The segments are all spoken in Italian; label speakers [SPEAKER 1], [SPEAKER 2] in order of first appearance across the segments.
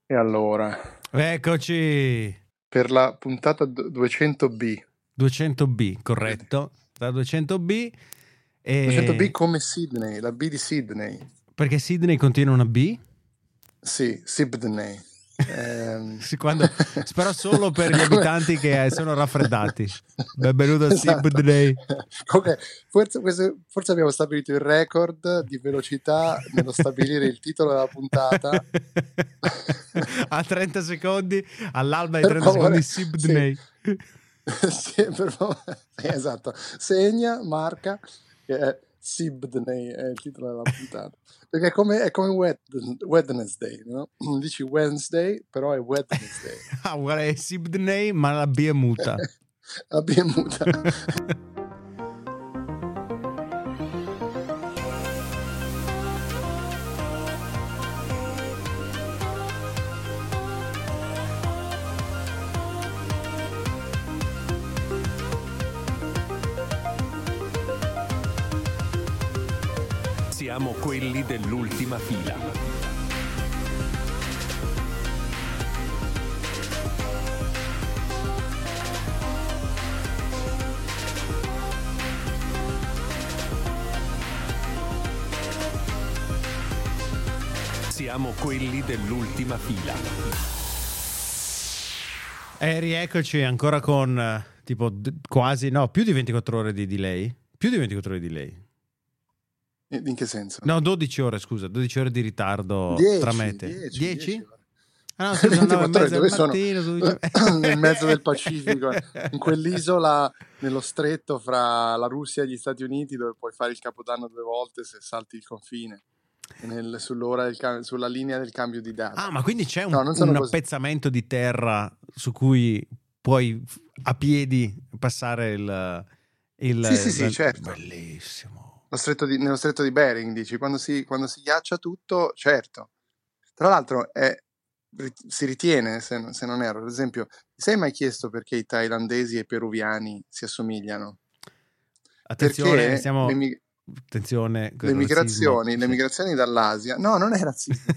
[SPEAKER 1] E allora,
[SPEAKER 2] Eccoci.
[SPEAKER 1] per la puntata 200B.
[SPEAKER 2] 200B, corretto. La 200B.
[SPEAKER 1] 200B come Sydney, la B di Sydney.
[SPEAKER 2] Perché Sydney contiene una B?
[SPEAKER 1] Sì, Sydney.
[SPEAKER 2] Sì, spero solo per gli abitanti che sono raffreddati. Benvenuto a
[SPEAKER 1] Esatto.
[SPEAKER 2] Sydney.
[SPEAKER 1] Okay, forse abbiamo stabilito il record di velocità nello stabilire il titolo della puntata.
[SPEAKER 2] A 30 secondi, all'alba di
[SPEAKER 1] Per
[SPEAKER 2] 30
[SPEAKER 1] favore,
[SPEAKER 2] secondi,
[SPEAKER 1] sì.
[SPEAKER 2] Sydney.
[SPEAKER 1] Sì, per favore. Sì, esatto. Segna, marca, che è Sydney, è il titolo della puntata. Perché è come Wednesday, no? Dici Wednesday, però è Wednesday.
[SPEAKER 2] Ah, guarda, è Sydney, ma la B è muta.
[SPEAKER 1] La B è muta.
[SPEAKER 3] Siamo quelli dell'ultima fila. Siamo quelli dell'ultima fila.
[SPEAKER 2] Rieccoci ancora con tipo quasi, no, più di 24 ore di delay. Più di 24 ore di delay.
[SPEAKER 1] In che senso?
[SPEAKER 2] No, 12 ore, scusa, 12 ore di ritardo
[SPEAKER 1] 10,
[SPEAKER 2] tra mete. 10? Ah no, sì, sono 9 e
[SPEAKER 1] 24 ore,
[SPEAKER 2] mezza
[SPEAKER 1] dove
[SPEAKER 2] del mattino. 12...
[SPEAKER 1] nel mezzo del Pacifico, in quell'isola nello stretto fra la Russia e gli Stati Uniti, dove puoi fare il Capodanno 2 volte se salti il confine, sulla linea del cambio di data.
[SPEAKER 2] Ah, ma quindi c'è un
[SPEAKER 1] così.
[SPEAKER 2] appezzamento di terra su cui puoi a piedi passare
[SPEAKER 1] Sì, certo.
[SPEAKER 2] Bellissimo.
[SPEAKER 1] Nello stretto di Bering, dici, quando si ghiaccia tutto, certo. Tra l'altro si ritiene, se non erro, ad esempio, ti sei mai chiesto perché i thailandesi e i peruviani si assomigliano?
[SPEAKER 2] Attenzione,
[SPEAKER 1] Perché
[SPEAKER 2] attenzione,
[SPEAKER 1] le migrazioni dall'Asia, no, non è razzismo.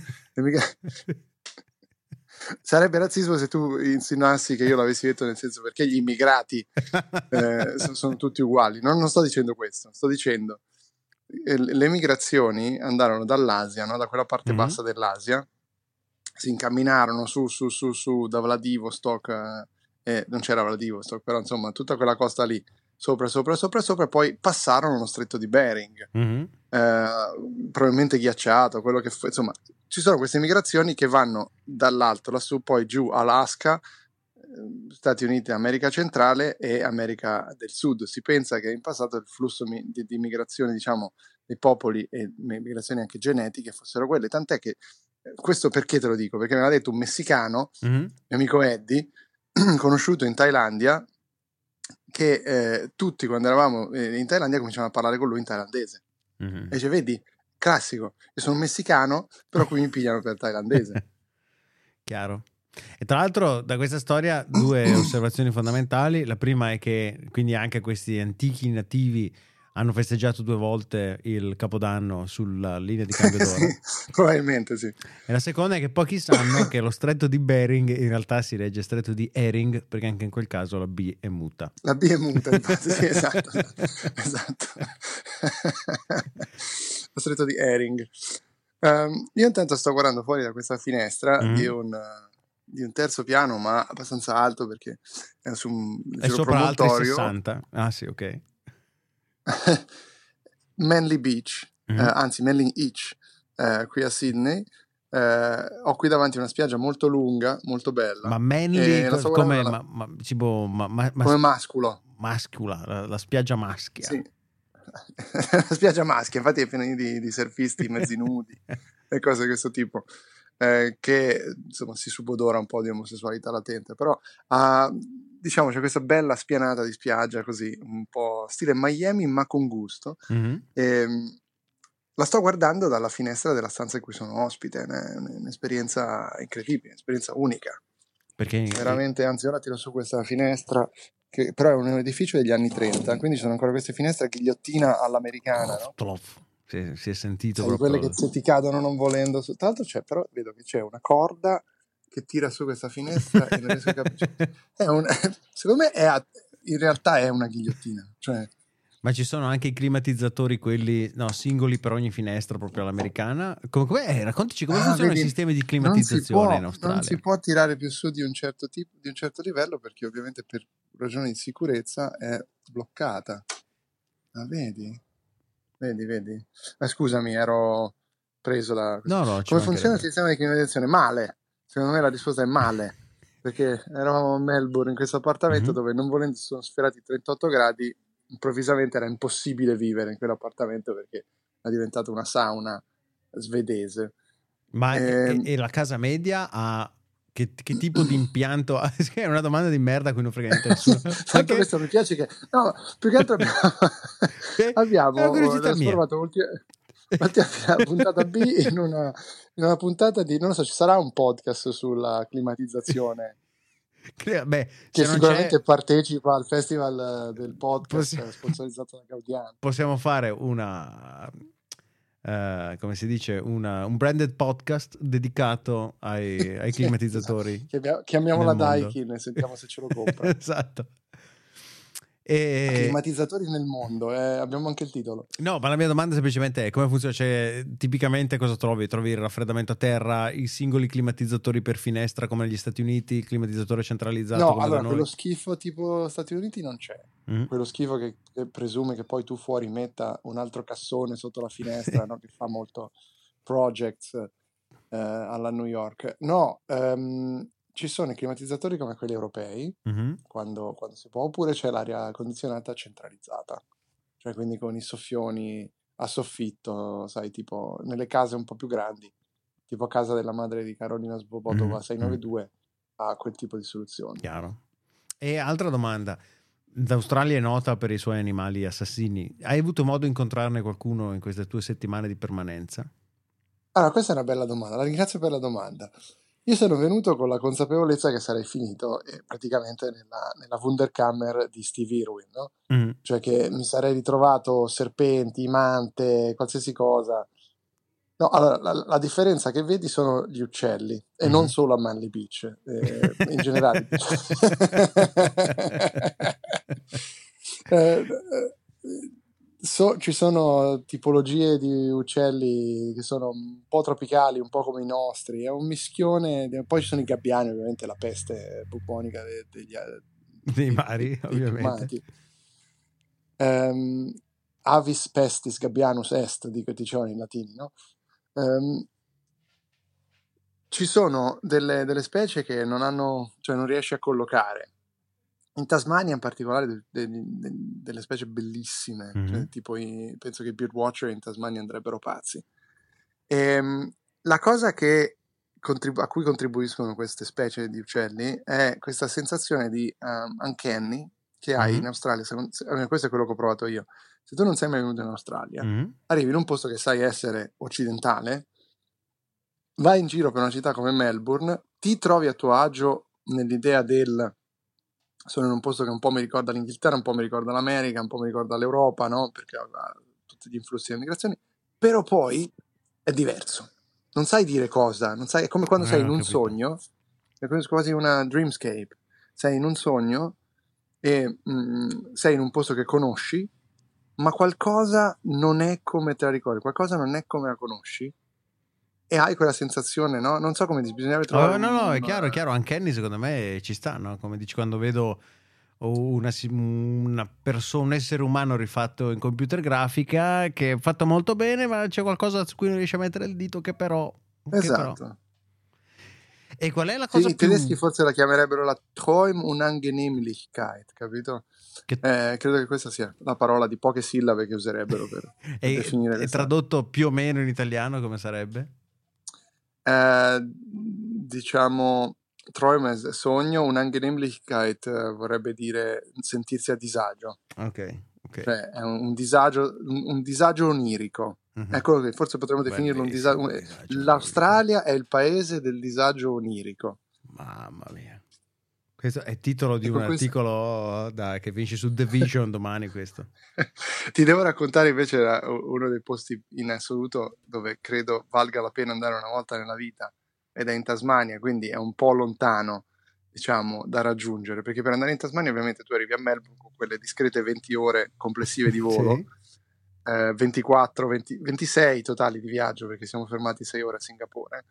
[SPEAKER 1] Sarebbe razzismo se tu insinuassi che io l'avessi detto, nel senso, perché gli immigrati sono tutti uguali. Non sto dicendo questo, sto dicendo le migrazioni andarono dall'Asia, no? Da quella parte bassa dell'Asia, si incamminarono su da Vladivostok, non c'era Vladivostok, però insomma tutta quella costa lì, sopra, e poi passarono lo stretto di Bering, probabilmente ghiacciato, quello che fu, insomma, ci sono queste migrazioni che vanno dall'alto lassù, poi giù Alaska, Stati Uniti, America centrale e America del Sud. Si pensa che in passato il flusso di migrazione, diciamo, dei popoli e migrazioni anche genetiche fossero quelle, tant'è che questo perché te lo dico? Perché me l'ha detto un messicano, mio amico Eddie, conosciuto in Thailandia, che tutti quando eravamo in Thailandia cominciavano a parlare con lui in thailandese. E dice, vedi, classico, io sono un messicano, però qui mi pigliano per thailandese.
[SPEAKER 2] Chiaro. E tra l'altro da questa storia due osservazioni fondamentali. La prima è che quindi anche questi antichi nativi hanno festeggiato 2 volte il Capodanno sulla linea di cambio d'ora.
[SPEAKER 1] Sì, probabilmente sì.
[SPEAKER 2] E la seconda è che pochi sanno che lo stretto di Bering in realtà si legge stretto di Ehring, perché anche in quel caso la B è muta.
[SPEAKER 1] La B è muta, infatti, sì, esatto. Lo stretto di Ehring. Io intanto sto guardando fuori da questa finestra di un terzo piano, ma abbastanza alto, perché è su un
[SPEAKER 2] è sopra altri 60. Ah sì, ok.
[SPEAKER 1] Manly Beach, anzi Manly Beach, qui a Sydney. Ho qui davanti una spiaggia molto lunga, molto bella.
[SPEAKER 2] Ma Manly come
[SPEAKER 1] come masculo.
[SPEAKER 2] Maschula, la spiaggia maschia.
[SPEAKER 1] Sì. La spiaggia maschia, infatti è piena di surfisti mezzi nudi e cose di questo tipo, che insomma si subodora un po' di omosessualità latente, però diciamo c'è questa bella spianata di spiaggia così, un po' stile Miami ma con gusto. La sto guardando dalla finestra della stanza in cui sono ospite, è un'esperienza incredibile, un'esperienza unica.
[SPEAKER 2] Perché
[SPEAKER 1] veramente, anzi ora tiro su questa finestra, che però è un edificio degli anni 30, quindi sono ancora queste finestre a ghigliottina all'americana, no?
[SPEAKER 2] Si è sentito
[SPEAKER 1] proprio quelle che ti cadono non volendo. Tra l'altro però vedo che c'è una corda che tira su questa finestra e non riesco a capire. Secondo me in realtà è una ghigliottina, cioè.
[SPEAKER 2] Ma ci sono anche i climatizzatori, quelli singoli per ogni finestra, proprio all'americana. Raccontaci come funzionano
[SPEAKER 1] vedi,
[SPEAKER 2] i sistemi di climatizzazione in Australia.
[SPEAKER 1] Non si può tirare più su di un certo livello, perché ovviamente per ragioni di sicurezza è bloccata. Ah, vedi? Scusami, ero preso da.
[SPEAKER 2] No,
[SPEAKER 1] Come funziona il sistema di climatizzazione? Male. Secondo me la risposta è male, perché eravamo a Melbourne in questo appartamento dove, non volendo, sono sferrati 38 gradi. Improvvisamente era impossibile vivere in quell'appartamento perché è diventato una sauna svedese.
[SPEAKER 2] Ma e la casa media ha che tipo di impianto ha? È una domanda di merda a cui non frega niente nessuno.
[SPEAKER 1] Tanto questo mi piace che più che altro abbiamo trasformato la puntata B in una puntata di, non lo so, ci sarà un podcast sulla climatizzazione.
[SPEAKER 2] Beh,
[SPEAKER 1] che sicuramente partecipa al festival del podcast sponsorizzato da Gaudiano.
[SPEAKER 2] Possiamo fare una come si dice, un branded podcast dedicato ai climatizzatori.
[SPEAKER 1] Esatto. Chiamiamola Daikin e sentiamo se ce lo compra.
[SPEAKER 2] Esatto.
[SPEAKER 1] Climatizzatori nel mondo, abbiamo anche il titolo.
[SPEAKER 2] No, ma la mia domanda semplicemente è come funziona, cioè tipicamente cosa trovi? Trovi il raffreddamento a terra, i singoli climatizzatori per finestra come negli Stati Uniti, il climatizzatore centralizzato come da noi?
[SPEAKER 1] Quello schifo tipo Stati Uniti non c'è. Quello schifo che presume che poi tu fuori metta un altro cassone sotto la finestra, no? Che fa molto projects alla New York. Ci sono i climatizzatori come quelli europei, quando si può, oppure c'è l'aria condizionata centralizzata, cioè quindi con i soffioni a soffitto, sai, tipo nelle case un po' più grandi, tipo casa della madre di Carolina Svobodova 692, ha quel tipo di soluzione.
[SPEAKER 2] Chiaro. E altra domanda, l'Australia è nota per i suoi animali assassini, hai avuto modo di incontrarne qualcuno in queste tue settimane di permanenza?
[SPEAKER 1] Allora, questa è una bella domanda, la ringrazio per la domanda. Io sono venuto con la consapevolezza che sarei finito praticamente nella Wunderkammer di Steve Irwin, no? Cioè che mi sarei ritrovato serpenti, mante, qualsiasi cosa. No, allora, la differenza che vedi sono gli uccelli, e non solo a Manly Beach, in generale. Ci sono tipologie di uccelli che sono un po' tropicali, un po' come i nostri, è un mischione. Poi ci sono i gabbiani, ovviamente la peste bubonica
[SPEAKER 2] dei mari, ovviamente.
[SPEAKER 1] Avis pestis gabbianus est, dicevano in latino, no? Ci sono delle specie che non riesci a collocare. In Tasmania in particolare delle specie bellissime, cioè, tipo penso che i birdwatcher in Tasmania andrebbero pazzi. La cosa a cui contribuiscono queste specie di uccelli è questa sensazione di uncanny che hai in Australia. Questo è quello che ho provato io. Se tu non sei mai venuto in Australia, arrivi in un posto che sai essere occidentale, vai in giro per una città come Melbourne, ti trovi a tuo agio nell'idea sono in un posto che un po' mi ricorda l'Inghilterra, un po' mi ricorda l'America, un po' mi ricorda l'Europa, no? Perché ha tutti gli influssi di migrazioni, però poi è diverso. Non sai dire cosa, non sai, è come quando sei in un sogno, è quasi una dreamscape. Sei in un sogno e sei in un posto che conosci, ma qualcosa non è come te la ricordi, qualcosa non è come la conosci. E hai quella sensazione, no? Non so come bisognerebbe trovare.
[SPEAKER 2] No, è chiaro. Anche Annie, secondo me, ci sta, no? Come dici, quando vedo una persona, un essere umano rifatto in computer grafica, che è fatto molto bene, ma c'è qualcosa su cui non riesce a mettere il dito, che però.
[SPEAKER 1] Esatto.
[SPEAKER 2] E qual è la cosa
[SPEAKER 1] I tedeschi forse la chiamerebbero la Träum Unangenehmlichkeit, capito? Credo che questa sia la parola di poche sillabe che userebbero per definire questa.
[SPEAKER 2] E tradotto più o meno in italiano come sarebbe?
[SPEAKER 1] Diciamo Träum è sogno, Unangenehmlichkeit vorrebbe dire sentirsi a disagio.
[SPEAKER 2] Ok.
[SPEAKER 1] Cioè è un disagio onirico. È quello che forse potremmo definirlo un disagio. L'Australia è il paese del disagio onirico.
[SPEAKER 2] Mamma mia. Questo è titolo di un articolo che finisce su The Vision domani, questo.
[SPEAKER 1] Ti devo raccontare invece uno dei posti in assoluto dove credo valga la pena andare una volta nella vita. ed è in Tasmania, quindi è un po' lontano, diciamo, da raggiungere, perché per andare in Tasmania ovviamente tu arrivi a Melbourne con quelle discrete 20 ore complessive di volo,
[SPEAKER 2] Sì.
[SPEAKER 1] 24, 26 totali di viaggio, perché siamo fermati 6 ore a Singapore.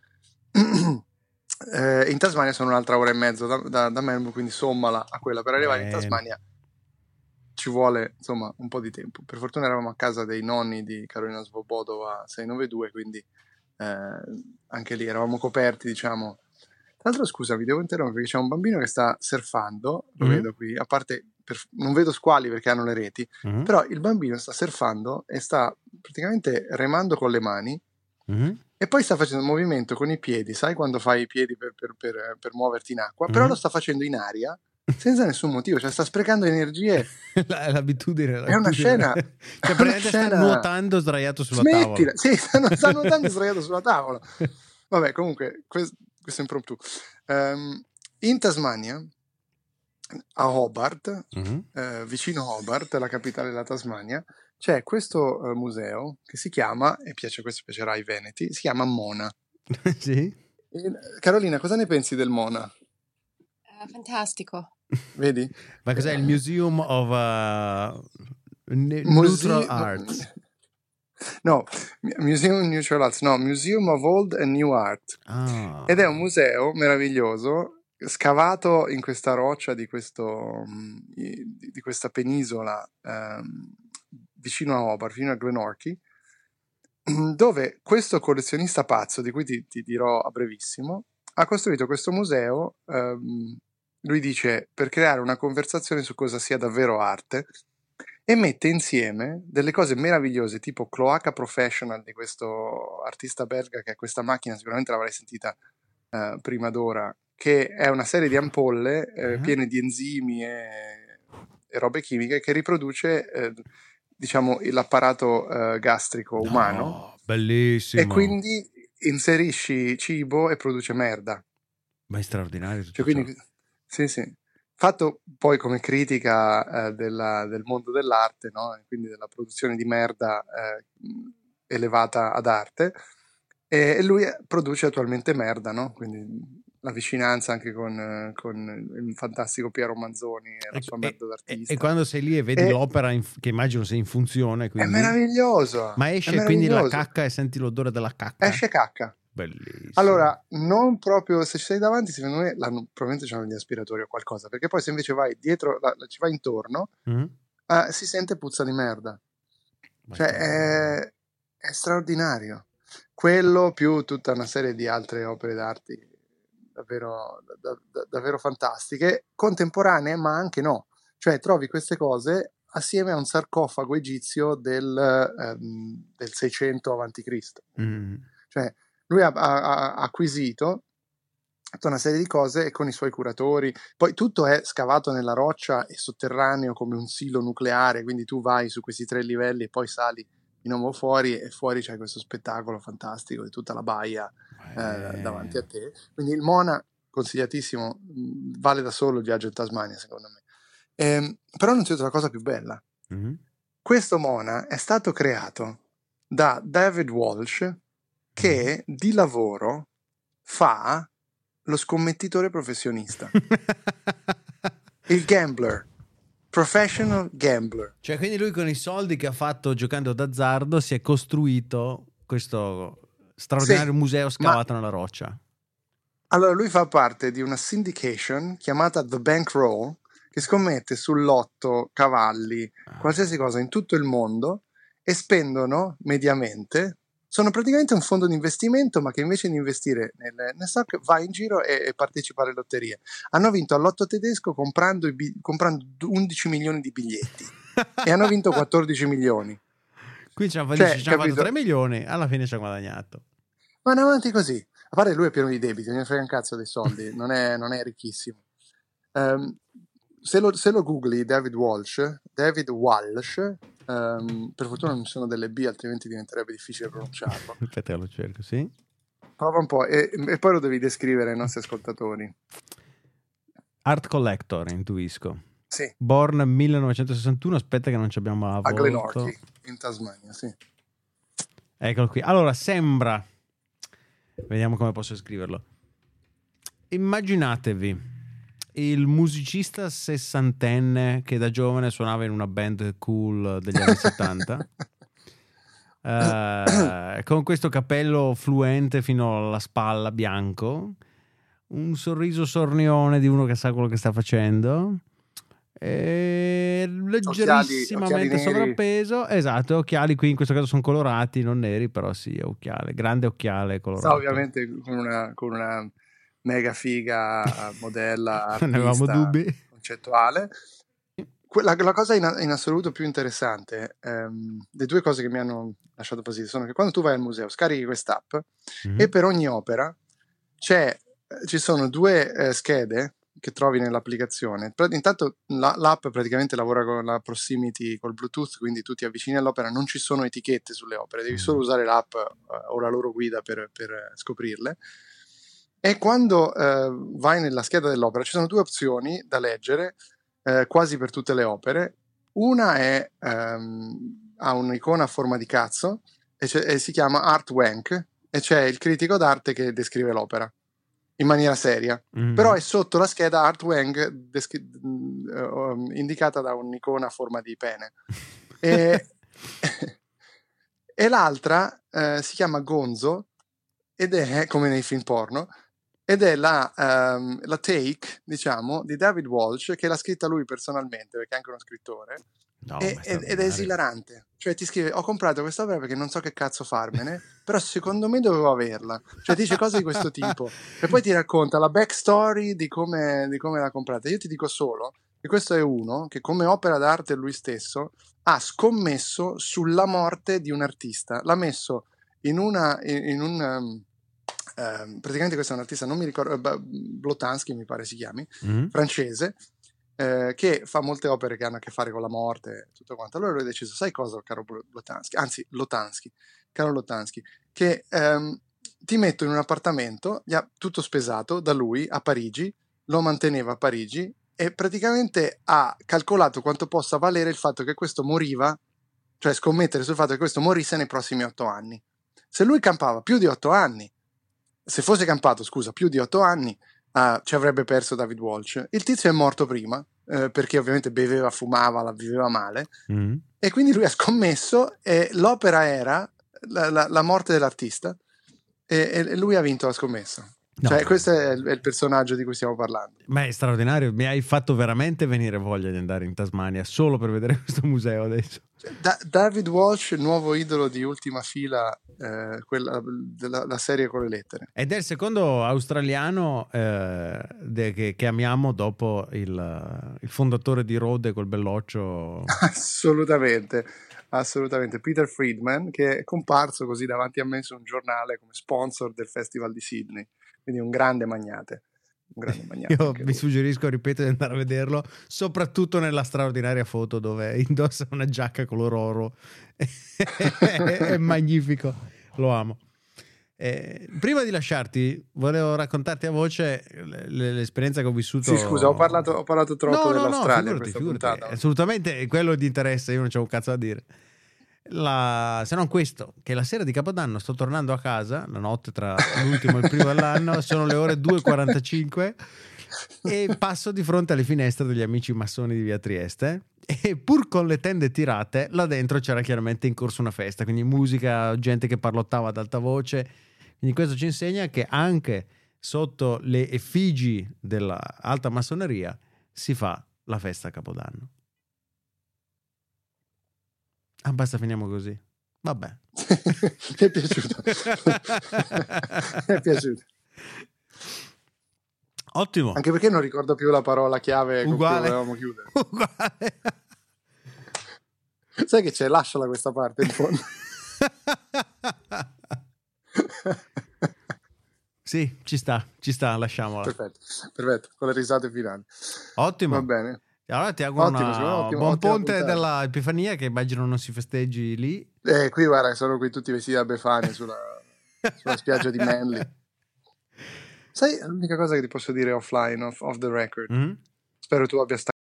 [SPEAKER 1] In Tasmania sono un'altra ora e mezzo da Melbourne, quindi sommala a quella. Per arrivare in Tasmania ci vuole insomma un po' di tempo. Per fortuna eravamo a casa dei nonni di Carolina Svobodova 692, quindi anche lì eravamo coperti, diciamo. Tra l'altro, scusa, vi devo interrompere perché c'è un bambino che sta surfando, lo vedo qui, a parte non vedo squali perché hanno le reti, però il bambino sta surfando e sta praticamente remando con le mani e poi sta facendo un movimento con i piedi, sai quando fai i piedi per muoverti in acqua, però lo sta facendo in aria senza nessun motivo, cioè sta sprecando energie.
[SPEAKER 2] L'abitudine.
[SPEAKER 1] È una scena.
[SPEAKER 2] Cioè, praticamente sta nuotando sdraiato sulla
[SPEAKER 1] Smettila.
[SPEAKER 2] tavola.
[SPEAKER 1] Sì, sta nuotando sdraiato sulla tavola. Vabbè, comunque, questo è impromptu. In Tasmania, a Hobart, vicino Hobart, la capitale della Tasmania, c'è questo museo che si chiama, e questo piacerà ai veneti, si chiama Mona.
[SPEAKER 2] Sì.
[SPEAKER 1] Carolina, cosa ne pensi del Mona?
[SPEAKER 4] Fantastico.
[SPEAKER 1] Vedi?
[SPEAKER 2] Ma cos'è il Museum of Neutral Arts?
[SPEAKER 1] No, Museum Neutral Arts, no, Museum of Old and New Art. Ed è un museo meraviglioso scavato in questa roccia di questa penisola vicino a Hobart, vicino a Glenorchy, dove questo collezionista pazzo, di cui ti dirò a brevissimo, ha costruito questo museo. Lui dice per creare una conversazione su cosa sia davvero arte, e mette insieme delle cose meravigliose tipo Cloaca Professional di questo artista belga, che è questa macchina, sicuramente l'avrai sentita prima d'ora, che è una serie di ampolle piene di enzimi e robe chimiche che riproduce diciamo l'apparato gastrico umano.
[SPEAKER 2] Bellissimo.
[SPEAKER 1] E quindi inserisci cibo e produce merda.
[SPEAKER 2] Ma è straordinario tutto,
[SPEAKER 1] cioè, quindi, sì, fatto poi come critica del mondo dell'arte, no? E quindi della produzione di merda elevata ad arte, e lui produce attualmente merda, no? Quindi la vicinanza anche con il fantastico Piero Manzoni e la sua merda d'artista.
[SPEAKER 2] E quando sei lì e vedi l'opera che immagino sia in funzione, quindi...
[SPEAKER 1] è meraviglioso.
[SPEAKER 2] Ma esce quindi la cacca e senti l'odore della cacca?
[SPEAKER 1] Esce cacca.
[SPEAKER 2] Bellissimo.
[SPEAKER 1] Allora, non proprio, se ci sei davanti, secondo me probabilmente c'hanno gli aspiratori o qualcosa, perché poi se invece vai dietro, ci vai intorno, si sente puzza di merda. Cioè è straordinario. Quello più tutta una serie di altre opere d'arte davvero fantastiche, contemporanee, ma anche no. Cioè trovi queste cose assieme a un sarcofago egizio del 600 a.C. Cioè lui ha acquisito tutta una serie di cose e con i suoi curatori, poi tutto è scavato nella roccia e sotterraneo come un silo nucleare, quindi tu vai su questi 3 livelli e poi sali di nuovo fuori, e fuori c'è questo spettacolo fantastico di tutta la baia davanti a te. Quindi il Mona, consigliatissimo, vale da solo il viaggio in Tasmania secondo me. Però non c'è la cosa più bella. Questo Mona è stato creato da David Walsh, che di lavoro fa lo scommettitore professionista. Il gambler, professional gambler.
[SPEAKER 2] Cioè, quindi lui con i soldi che ha fatto giocando d'azzardo si è costruito questo straordinario museo scavato nella roccia.
[SPEAKER 1] Allora lui fa parte di una syndication chiamata The Bankroll, che scommette sul lotto, cavalli, qualsiasi cosa in tutto il mondo, e spendono mediamente. Sono praticamente un fondo di investimento, ma che invece di investire nel stock va in giro e partecipa alle lotterie. Hanno vinto al lotto tedesco comprando 11 milioni di biglietti e hanno vinto 14 milioni.
[SPEAKER 2] Qui ci hanno fatto 3 milioni, alla fine ci ha guadagnato.
[SPEAKER 1] Ma andiamo avanti così. A parte lui è pieno di debiti, non ne frega un cazzo dei soldi, non è ricchissimo. Se lo googli David Walsh, per fortuna non ci sono delle B, altrimenti diventerebbe difficile pronunciarlo.
[SPEAKER 2] Aspetta, lo cerco, sì.
[SPEAKER 1] Prova un po' e poi lo devi descrivere ai nostri ascoltatori.
[SPEAKER 2] Art collector, intuisco.
[SPEAKER 1] Sì.
[SPEAKER 2] Born 1961, aspetta che non ci abbiamo la volta.
[SPEAKER 1] A Glenorchy, in Tasmania, sì.
[SPEAKER 2] Eccolo qui. Allora, sembra... Vediamo come posso scriverlo. Immaginatevi il musicista sessantenne che da giovane suonava in una band cool degli anni 70, con questo cappello fluente fino alla spalla bianco, un sorriso sornione di uno che sa quello che sta facendo, leggerissimamente
[SPEAKER 1] occhiali
[SPEAKER 2] sovrappeso, esatto, occhiali qui in questo caso sono colorati, non neri, però sì, occhiale, grande occhiale colorato.
[SPEAKER 1] Sta ovviamente con una mega figa modella,
[SPEAKER 2] Non avevamo
[SPEAKER 1] artista
[SPEAKER 2] dubbi.
[SPEAKER 1] concettuale. La cosa in assoluto più interessante, le due cose che mi hanno lasciato basire sono che quando tu vai al museo scarichi quest'app e per ogni opera ci sono due schede che trovi nell'applicazione. Intanto l'app praticamente lavora con la proximity, col Bluetooth, quindi tu ti avvicini all'opera, non ci sono etichette sulle opere, devi solo usare l'app o la loro guida per scoprirle. E quando vai nella scheda dell'opera ci sono due opzioni da leggere quasi per tutte le opere. Una ha un'icona a forma di cazzo e si chiama Art Wank, e c'è il critico d'arte che descrive l'opera in maniera seria, però è sotto la scheda Art Wank indicata da un'icona a forma di pene. E l'altra si chiama Gonzo, ed è come nei film porno, ed è la take, diciamo, di David Walsh, che l'ha scritta lui personalmente, perché è anche uno scrittore. Ed è esilarante. Cioè ti scrive: ho comprato quest'opera perché non so che cazzo farmene, però secondo me dovevo averla. Cioè dice cose di questo tipo e poi ti racconta la backstory di come l'ha comprata. Io ti dico solo che questo è uno che, come opera d'arte, lui stesso ha scommesso sulla morte di un artista. L'ha messo praticamente questo è un artista, non mi ricordo, Blotansky mi pare si chiami, francese, che fa molte opere che hanno a che fare con la morte, tutto quanto. Allora lui ha deciso: sai cosa, caro Lotansky, che ti metto in un appartamento, tutto spesato da lui a Parigi, lo manteneva a Parigi, e praticamente ha calcolato quanto possa valere il fatto che questo moriva, cioè scommettere sul fatto che questo morisse nei prossimi 8 anni. Se lui campava più di 8 anni, se fosse campato, più di 8 anni, ci avrebbe perso David Walsh. Il tizio è morto prima, perché ovviamente beveva, fumava, la viveva male, e quindi lui ha scommesso, e l'opera era la morte dell'artista, e lui ha vinto la scommessa. No. Cioè, questo è il personaggio di cui stiamo parlando.
[SPEAKER 2] Ma è straordinario, mi hai fatto veramente venire voglia di andare in Tasmania solo per vedere questo museo adesso.
[SPEAKER 1] David Walsh, il nuovo idolo di Ultima Fila, quella della serie con le lettere.
[SPEAKER 2] Ed è il secondo australiano che amiamo dopo il fondatore di Rode col belloccio.
[SPEAKER 1] Assolutamente. Peter Friedman, che è comparso così davanti a me su un giornale come sponsor del Festival di Sydney, quindi un grande magnate.
[SPEAKER 2] Io vi suggerisco, ripeto, di andare a vederlo, soprattutto nella straordinaria foto dove indossa una giacca color oro. È magnifico, lo amo. Prima di lasciarti, volevo raccontarti a voce l'esperienza che ho vissuto.
[SPEAKER 1] Sì, scusa, ho parlato troppo dell'Australia.
[SPEAKER 2] Figurati. Assolutamente, quello di interesse, io non c'ho un cazzo da dire. Se non questo, che la sera di Capodanno sto tornando a casa, la notte tra l'ultimo e il primo dell'anno, sono le ore 2:45 e passo di fronte alle finestre degli amici massoni di via Trieste, e pur con le tende tirate, là dentro c'era chiaramente in corso una festa, quindi musica, gente che parlottava ad alta voce. Quindi questo ci insegna che anche sotto le effigi della alta massoneria si fa la festa a Capodanno. Basta, finiamo così. Vabbè.
[SPEAKER 1] Mi è piaciuto. Mi è piaciuto.
[SPEAKER 2] Ottimo.
[SPEAKER 1] Anche perché non ricordo più la parola chiave con cui volevamo chiudere.
[SPEAKER 2] Uguale.
[SPEAKER 1] Sai che c'è? Lasciala questa parte in fondo.
[SPEAKER 2] Sì, ci sta, lasciamola.
[SPEAKER 1] Perfetto, con le risate finali.
[SPEAKER 2] Ottimo.
[SPEAKER 1] Va bene.
[SPEAKER 2] Allora ti auguro buon ponte puntata della Epifania, che immagino non si festeggi lì.
[SPEAKER 1] Qui guarda, sono qui tutti vestiti da Befani sulla spiaggia di Manly. Sai, l'unica cosa che ti posso dire offline, off the record, spero tu abbia